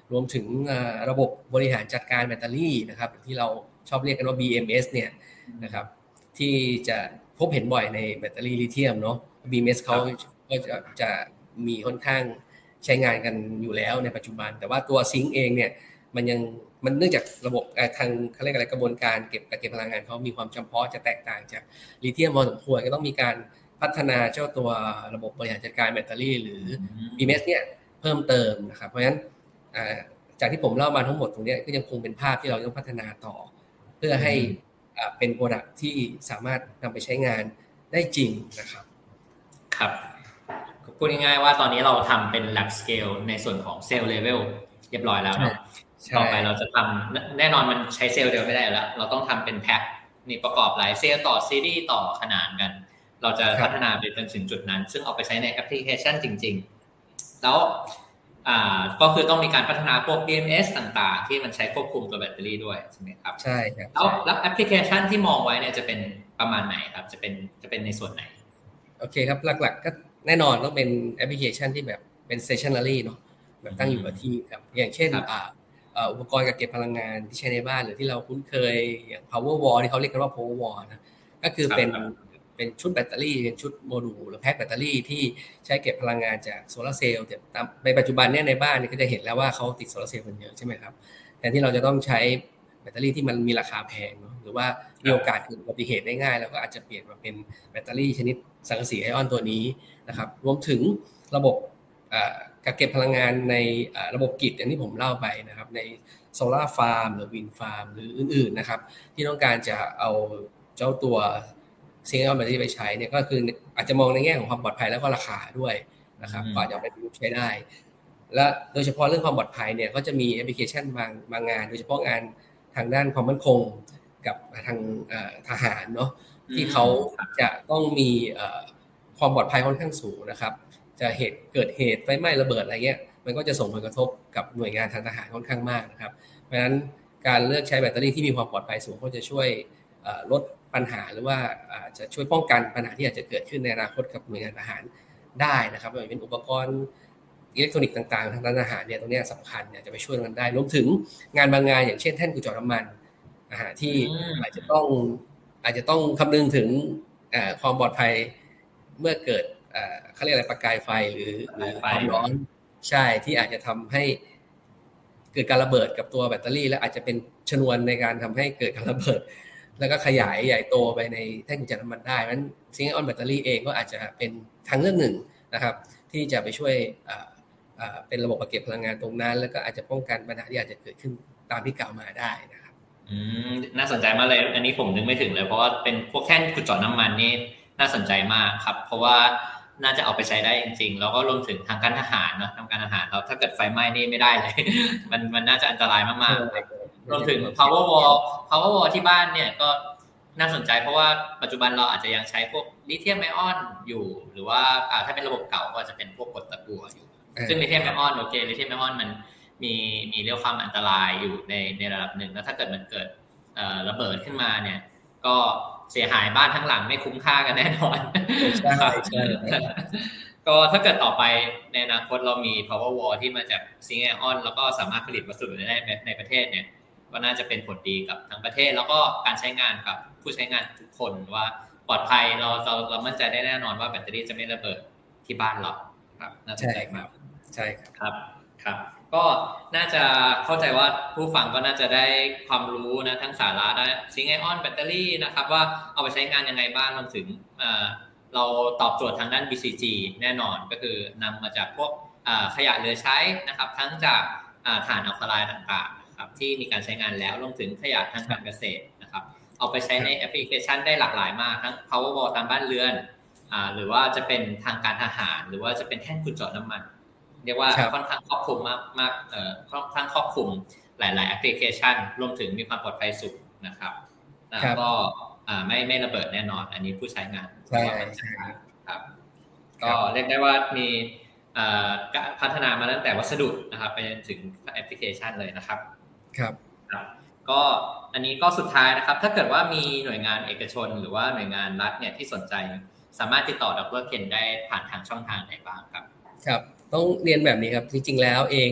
รวมถึงระบบบริหารจัดการแบตเตอรี่นะครับที่เราชอบเรียกกันว่า บี เอ็ม เอส เนี่ยนะครับที่จะพบเห็นบ่อยในแบตเตอรี่ลิเธียมเนาะ บี เอ็ม เอส เขาก็จะจะมีค่อนข้างใช้งานกันอยู่แล้วในปัจจุบันแต่ว่าตัวซิงค์เองเนี่ยมันยังมันเนื่องจากระบบทางเขาเรียกอะไรกระบวนการเก็บกักเก็บพลังงานเขามีความจำเพาะจะแตกต่างจากลิเธียมพอสมควรก็ต้องมีการพัฒนาเจ้าตัวระบบบริหารจัดการแบตเตอรี่หรือ บี เอ็ม เอส เนี่ยเพิ่มเติมนะครับเพราะฉะนั้นจากที่ผมเล่ามาทั้งหมดตรงนี้ก็ยังคงเป็นภาพที่เราต้องพัฒนาต่อเพื่อให้เป็นโปรดักต์ที่สามารถนำไปใช้งานได้จริงนะครับ
ครับพูดง่ายๆว่าตอนนี้เราทำเป็น lab scale ในส่วนของ cell level เรียบร้อยแล้วเนาะต่อไปเราจะทำแน่นอนมันใช้เซลล์เดียวไม่ได้แล้วเราต้องทำเป็นแพ็คนี่ประกอบหลายเซลล์ต่อซีรีส์ต่อขนานกันเราจะพัฒนาไปจนถึงจุดนั้นซึ่งเอาไปใช้ในแอปพลิเคชันจริงๆแล้วอ่าก็คือต้องมีการพัฒนาพวก บี เอ็ม เอส ต่างๆที่มันใช้ควบคุมตัวแบตเตอรี่ด้วยใช่ไหมครับ
ใช่ครับ
แล้วแล้วแอปพลิเคชันที่มองไว้เนี่ยจะเป็นประมาณไหนครับจะเป็นจะเป็นในส่วนไหน
โอเคครับหลักๆก็แน่นอนต้องเป็นแอปพลิเคชันที่แบบเป็น stationary เนาะแบบตั้งอยู่กับที่ครับอย่างเช่นอ่าอุปกรณ์กักเก็บพลังงานที่ใช้ในบ้านหรือที่เราคุ้นเคยอย่าง power wall ที่เขาเรียกกันว่า power wall นะก็คือเป็นเป็นชุดแบตเตอรี่เป็นชุดโมดูลหรือแพ็คแบตเตอรี่ที่ใช้เก็บพลังงานจากโซลาร์เซลล์ในปัจจุบันเนี่ยในบ้านนี่ก็จะเห็นแล้วว่าเขาติดโซลาร์เซลล์กันเยอะใช่ไหมครับแต่ที่เราจะต้องใช้แบตเตอรี่ที่มันมีราคาแพงเนาะหรือว่ามีโอกาสเกิดอุบัติเหตุได้ง่ายแล้วก็อาจจะเปลี่ยนมาเป็นแบตเตอรี่ชนิดสังกะสีไอออนตัวนี้นะครับรวมถึงระบบกักเก็บพลังงานในระบบกิจอย่างที่ผมเล่าไปนะครับในโซล่าฟาร์มหรือวินฟาร์มหรืออื่นๆนะครับที่ต้องการจะเอาเจ้าตัวซิงเกิลแบตเตอรี่ไปใช้เนี่ยก็คืออาจจะมองในแง่ของความปลอดภัยแล้วก็ราคาด้วยนะครับก็จะเอาไปประยุกต์ใช้ได้และโดยเฉพาะเรื่องความปลอดภัยเนี่ยก็จะมีแอปพลิเคชันบางบางงานโดยเฉพาะงานทางด้านความมั่นคงกับทางทหารเนาะที่เขาจะต้องมีความปลอดภัยค่อนข้างสูงนะครับจะเหตุเกิดเหตุไฟไหม้ระเบิดอะไรเงี้ยมันก็จะส่งผลกระทบกับหน่วยงานทางทหารค่อนข้างมากนะครับเพราะฉะนั้นการเลือกใช้แบตเตอรี่ที่มีความปลอดภัยสูงก็จะช่วยลดปัญหาหรือว่าจะช่วยป้องกันปัญหาที่อาจจะเกิดขึ้นในอนาคตกับหน่วยงานทหารได้นะครับไม่ว่าจะเป็นอุปกรณ์อิเล็กทรอนิกส์ต่างๆทางด้านทหารเนี่ยตรงนี้สำคัญเนี่ยจะไปช่วยกันได้รวมถึงงานบางงานอย่างเช่นแท่นขุดเจาะน้ำมันนะฮะที่อาจจะต้องอาจจะต้องคำนึงถึงความปลอดภัยเมื่อเกิดเขาเรียกอะไรประกายไฟหรือหรือความร้อนใช่ที่อาจจะทำให้เกิดการระเบิดกับตัวแบตเตอรี่และอาจจะเป็นชนวนในการทำให้เกิดการระเบิดแล้วก็ขยายใหญ่โตไปในแท่นขุดเจาะน้ำมันได้เพราะฉะนั้นซิงค์ออนแบตเตอรี่เองก็อาจจะเป็นทางเลือกหนึ่งนะครับที่จะไปช่วยเป็นระบบเก็บพลังงานตรงนั้นแล้วก็อาจจะป้องกันปัญหาที่อาจจะเกิดขึ้นตามที่กล่าวมาได้นะครับ
อืมน่าสนใจมากเลยอันนี้ผมนึกไม่ถึงเลยเพราะว่าเป็นพวกแท่นขุดเจาะน้ำมันนี่น่าสนใจมากครับเพราะว่าน่าจะเอาไปใช้ได้จริงๆแล้วก็รวมถึงทางการทหารเนาะทางการทหารเราถ้าเกิดไฟไหม้นี่ไม่ได้เลยมันมันน่าจะอันตรายมากๆรวมถึง power wall power wall ที่บ้านเนี่ยก็น่าสนใจเพราะว่าปัจจุบันเราอาจจะยังใช้พวกลิเธียมไอออนอยู่หรือว่าถ้าเป็นระบบเก่าก็จะเป็นพวกกรดตะกั่วอยู่ซึ่งลิเธียมไอออนโอเคลิเธียมไอออนมันมีมีเรื่องความอันตรายอยู่ในในระดับหนึ่งแล้วถ้าเกิดมันเกิดเอ่อระเบิดขึ้นมาเนี่ยก็เสียหายบ้านทั้งหลังไม่คุ้มค่ากันแน่นอน
ใช่ใช่
ก็ถ้าเกิดต่อไปในอนาคตเรามี power wall ที่มาจากซิงค์ไอออนแล้วก็สามารถผลิตวัสดุได้ในประเทศเนี่ยก็น่าจะเป็นผลดีกับทั้งประเทศแล้วก็การใช้งานกับผู้ใช้งานทุกคนว่าปลอดภัยเราเราเรามั่นใจได้แน่นอนว่าแบตเตอรี่จะไม่ระเบิดที่บ้านเราครับน่าสนใจมาก
ใช่
ครับครับก็น่าจะเข้าใจว่าผู้ฟังก็น่าจะได้ความรู้นะทั้งสาระนะซิงค์ไอออนแบตเตอรี่นะครับว่าเอาไปใช้งานยังไงบ้างรวมถึงเราตอบโจทย์ทางด้าน บี ซี จี แน่นอนก็คือนำมาจากพวกขยะเหลือใช้นะครับทั้งจากถ่านอัลคาไลน์ต่างๆครับที่มีการใช้งานแล้วรวมถึงขยะทางการเกษตรนะครับเอาไปใช้ในแอปพลิเคชันได้หลากหลายมากทั้ง power wall ตามบ้านเรือนหรือว่าจะเป็นทางการทหารหรือว่าจะเป็นแท่นขุดเจาะน้ำมันเรียกว่าค่อนข้างครอบคลุมมากมากเอ่อค่อนข้างครอบคลุมหลายๆแอปพลิเคชันรวมถึงมีความปลอดภัยสูงนะครับแล้วก็อ่าไม่ไม่ระเบิดแน่นอนอันนี้ผู้ใช้งาน
ใช่
ครับก็เรียกได้ว่ามีเอ่อพัฒนามาตั้งแต่วัสดุนะครับไปจนถึงแอปพลิเคชันเลยนะครับ
ครับ
ครับก็อันนี้ก็สุดท้ายนะครับถ้าเกิดว่ามีหน่วยงานเอกชนหรือว่าหน่วยงานรัฐเนี่ยที่สนใจสามารถติดต่อดร.เคนได้ผ่านทางช่องทางไหนบ้างครับ
ครับต้องเรียนแบบนี้ครับจริงๆแล้วเองเนี่ย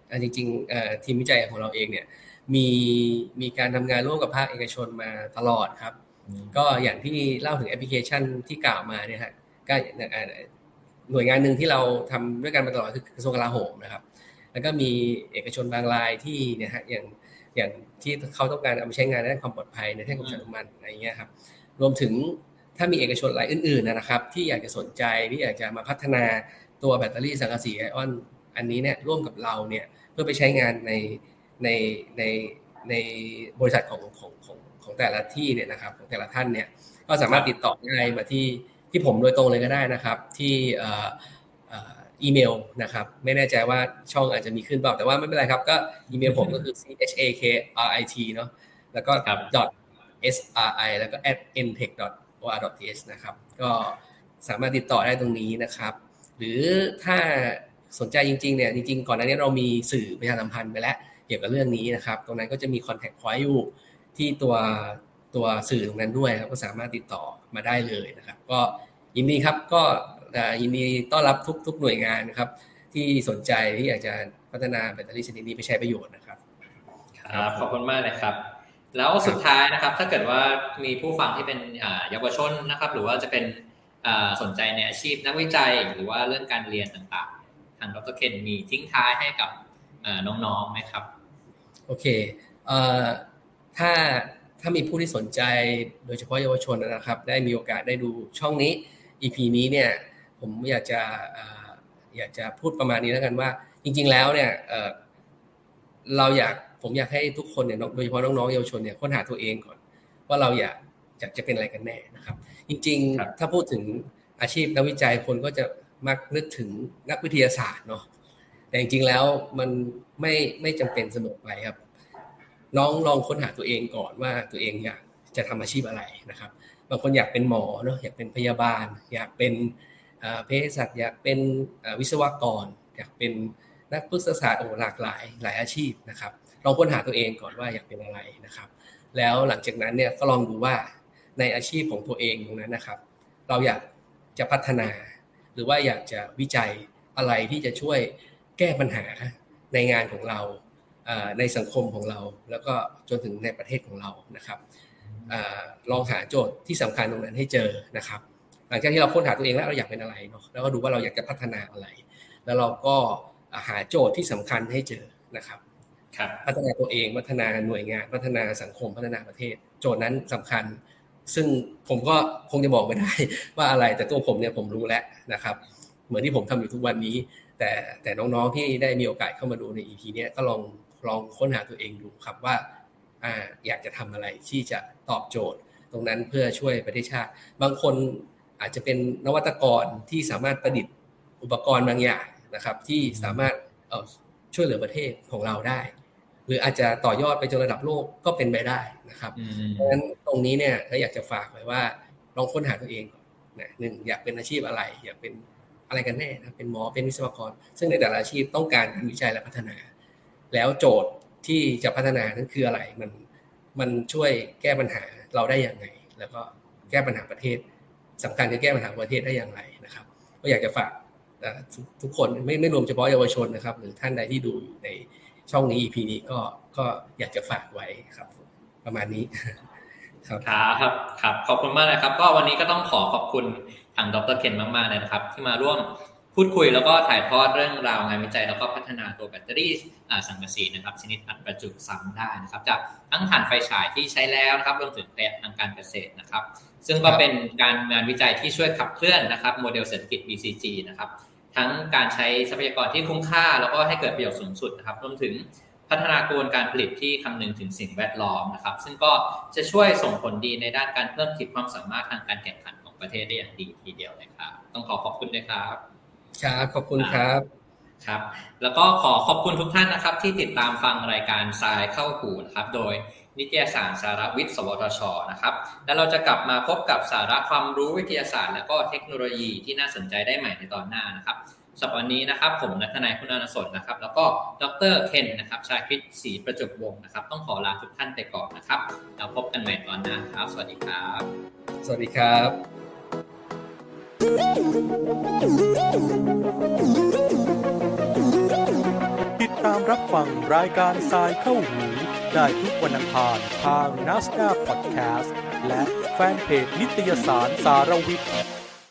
จริงๆทีมวิจัยของเราเองเนี่ยมีมีการทำงานร่วมกับภาคเอกชนมาตลอดครับก็อย่างที่เล่าถึงแอปพลิเคชันที่กล่าวมาเนี่ยฮะก็หน่วยงานหนึ่งที่เราทำด้วยกันมาตลอดคือกระทรวงกลาโหมนะครับแล้วก็มีเอกชนบางรายที่เนี่ยฮะอย่างอย่างที่เขาต้องการเอาไปใช้งานด้านความปลอดภัยในแท่งกำจัดน้ำมันอะไรเงี้ยครับรวมถึงถ้ามีเอกชนรายอื่นๆนะครับที่อยากจะสนใจที่อยากจะมาพัฒนาตัวแบตเตอรี่สังกะสีไอออนอันนี้เนี่ยร่วมกับเราเนี่ยเพื่อไปใช้งานในในในในบริษัทของของของของแต่ละที่เนี่ยนะครับของแต่ละท่านเนี่ยก็สามารถติดต่อได้มาที่ที่ผมโดยตรงเลยก็ได้นะครับที่เอ่อเอ่ออีเมลนะครับไม่แน่ใจว่าช่องอาจจะมีขึ้นเปล่าแต่ว่าไม่เป็นไรครับก็อีเมลผมก็คือ c h a k r i t เนาะแล้วก็ .sri แล้วก็ at entech dot or dot th นะครับก็สามารถติดต่อได้ตรงนี้นะครับหรือถ้าสนใจจริงๆเนี่ยจริงๆก่อนหน้านี้เรามีสื่อประชาสัมพันธ์ไปแล้วเกี่ยวกับเรื่องนี้นะครับตรงนั้นก็จะมี contact point อยู่ที่ตัวตัวสื่อตรงนั้นด้วยครับก็สามารถติดต่อมาได้เลยนะครับก็ยินดีครับก็ยินดีต้อนรับทุกทุกหน่วยงานนะครับที่สนใจที่อยากจะพัฒนาแบตเตอรี่ชนิดนี้ไปใช้ประโยชน์นะครับ
ครับขอบคุณมากเลยครับแล้วสุดท้ายนะครับถ้าเกิดว่ามีผู้ฟังที่เป็นเยาวชนนะครับหรือว่าจะเป็นสนใจในอาชีพนักวิจัยหรือว่าเรื่องการเรียนต่างๆทางดร.เคนมีทิ้งท้ายให้กับน้องๆไหมครับ
โอเคเอ่อถ้าถ้ามีผู้ที่สนใจโดยเฉพาะเยาวชนนะครับได้มีโอกาสได้ดูช่องนี้ อี พี นี้เนี่ยผมอยากจะเอ่ออยากจะพูดประมาณนี้แล้วกันว่าจริงๆแล้วเนี่ยเอ่อเราอยากผมอยากให้ทุกคนเนี่ยโดยเฉพาะน้องๆเยาวชนเนี่ยค้นหาตัวเองก่อนว่าเราอยากอยากจะเป็นอะไรกันแน่นะครับจริงๆถ้าพูดถึงอาชีพนักวิจัยคนก็จะมักนึกถึงนักวิทยาศาสตร์เนาะแต่จริงๆแล้วมันไม่ไม่จำเป็นเสมอไปครับน้องลองค้นหาตัวเองก่อนว่าตัวเองอยากจะทำอาชีพอะไรนะครับบางคนอยากเป็นหมอเนาะอยากเป็นพยาบาลอยากเป็นเภสัชอยากเป็นวิศวกรอยากเป็นนักพฤกษศาสตร์โอ้หลากหลายหลายอาชีพนะครับลองค้นหาตัวเองก่อนว่าอยากเป็นอะไรนะครับแล้วหลังจากนั้นเนี่ยก็ลองดูว่าในอาชีพของตัวเองตรงนั้นนะครับเราอยากจะพัฒนาหรือว่าอยากจะวิจัยอะไรที่จะช่วยแก้ปัญหาในงานของเราในสังคมของเราแล้วก็จนถึงในประเทศของเรานะครับลองหาโจทย์ที่สำคัญตรงนั้นให้เจอนะครับหลังจากที่เราค้นหาตัวเองแล้วเราอยากเป็นอะไรเนาะแล้วก็ดูว่าเราอยากจะพัฒนาอะไรแล้วเราก็หาโจทย์ที่สำคัญให้เจอนะครับพัฒนาตัวเองพัฒนาหน่วยงานพัฒนาสังคมพัฒนาประเทศโจทย์นั้นสำคัญซึ่งผมก็คงจะบอกไม่ได้ว่าอะไรแต่ตัวผมเนี่ยผมรู้แล้วนะครับเหมือนที่ผมทำอยู่ทุกวันนี้แต่แต่น้องๆที่ได้มีโอกาสเข้ามาดูใน อี พี นี้ก็ลองลองค้นหาตัวเองดูครับว่าอ่าอยากจะทำอะไรที่จะตอบโจทย์ตรงนั้นเพื่อช่วยประเทศชาติบางคนอาจจะเป็นนวัตกรที่สามารถประดิษฐ์อุปกรณ์บางอย่างนะครับที่สามารถเอ่อช่วยเหลือประเทศของเราได้หรืออาจจะต่อยอดไปจนระดับโลกก็เป็นไปได้นะครับเพราะฉะนั้นตรงนี้เนี่ยก็อยากจะฝากไว้ว่าลองค้นหาตัวเองก่อนนะหนึ่งอยากเป็นอาชีพอะไรอยากเป็นอะไรกันแน่นะเป็นหมอเป็นวิศวกรซึ่งในแต่ละอาชีพต้องการการวิจัยและพัฒนาแล้วโจทย์ที่จะพัฒนานั้นคืออะไรมันมันช่วยแก้ปัญหาเราได้อย่างไรแล้วก็แก้ปัญหาประเทศสำคัญคือแก้ปัญหาประเทศได้อย่างไรนะครับก็อยากจะฝากทุกคนไม่ไม่รวมเฉพาะเยาวชนนะครับหรือท่านใดที่ดูอยู่ในช่องนี้ อี พี นี้ก็ก็อยากจะฝากไว้ครับประมาณนี้
ครับครับครับขอบคุณมากนะครับก็วันนี้ก็ต้องขอขอบคุณทางดร.เคนมากๆเลยนะครับที่มาร่วมพูดคุยแล้วก็ถ่ายทอดเรื่องราวงานวิจัยแล้วก็พัฒนาตัวแบตเตอรี่สังกะสีนะครับชนิดอัดประจุซ้ำได้นะครับจากทั้งถ่านไฟฉายที่ใช้แล้วนะครับรวมถึงประโยชน์ทางการเกษตรนะครับซึ่งก็เป็นการงานวิจัยที่ช่วยขับเคลื่อนนะครับโมเดลเศรษฐกิจ บี ซี จี นะครับทั้งการใช้ทรัพยากรที่คุ้มค่าแล้วก็ให้เกิดประโยชน์สูงสุดนะครับรวมถึงพัฒนากระบวนการผลิตที่คำนึงถึงสิ่งแวดล้อมนะครับซึ่งก็จะช่วยส่งผลดีในด้านการเพิ่มขีดความสามารถทางการแข่งขันของประเทศได้อย่างดีทีเดียวเลยครับต้องขอขอบคุณด้วยครับ
ครับขอบคุณครับ
ครับแล้วก็ขอขอบคุณทุกท่านนะครับที่ติดตามฟังรายการทรายเข้าหูนะครับโดยนิตยสารสารวิทย์สวทช.นะครับแล้วเราจะกลับมาพบกับสาระความรู้วิทยาศาสตร์และก็เทคโนโลยีที่น่าสนใจได้ใหม่ในตอนหน้านะครับสำหรับวันนี้นะครับผมณัฐนัย คุณอานนท์นะครับแล้วก็ดร.เคนนะครับชาคริตศรีประจบวงศ์นะครับต้องขอลาทุกท่านไปก่อนนะครับแล้วพบกันใหม่ตอนหน้าครับสวัสดีครับ
สวัสดีครับ
ติดติดตามรับฟังรายการทรายเข้าหูได้ทุกวันอังคารทาง นัสดา Podcast และแฟนเพจนิตยสารสารวิทย์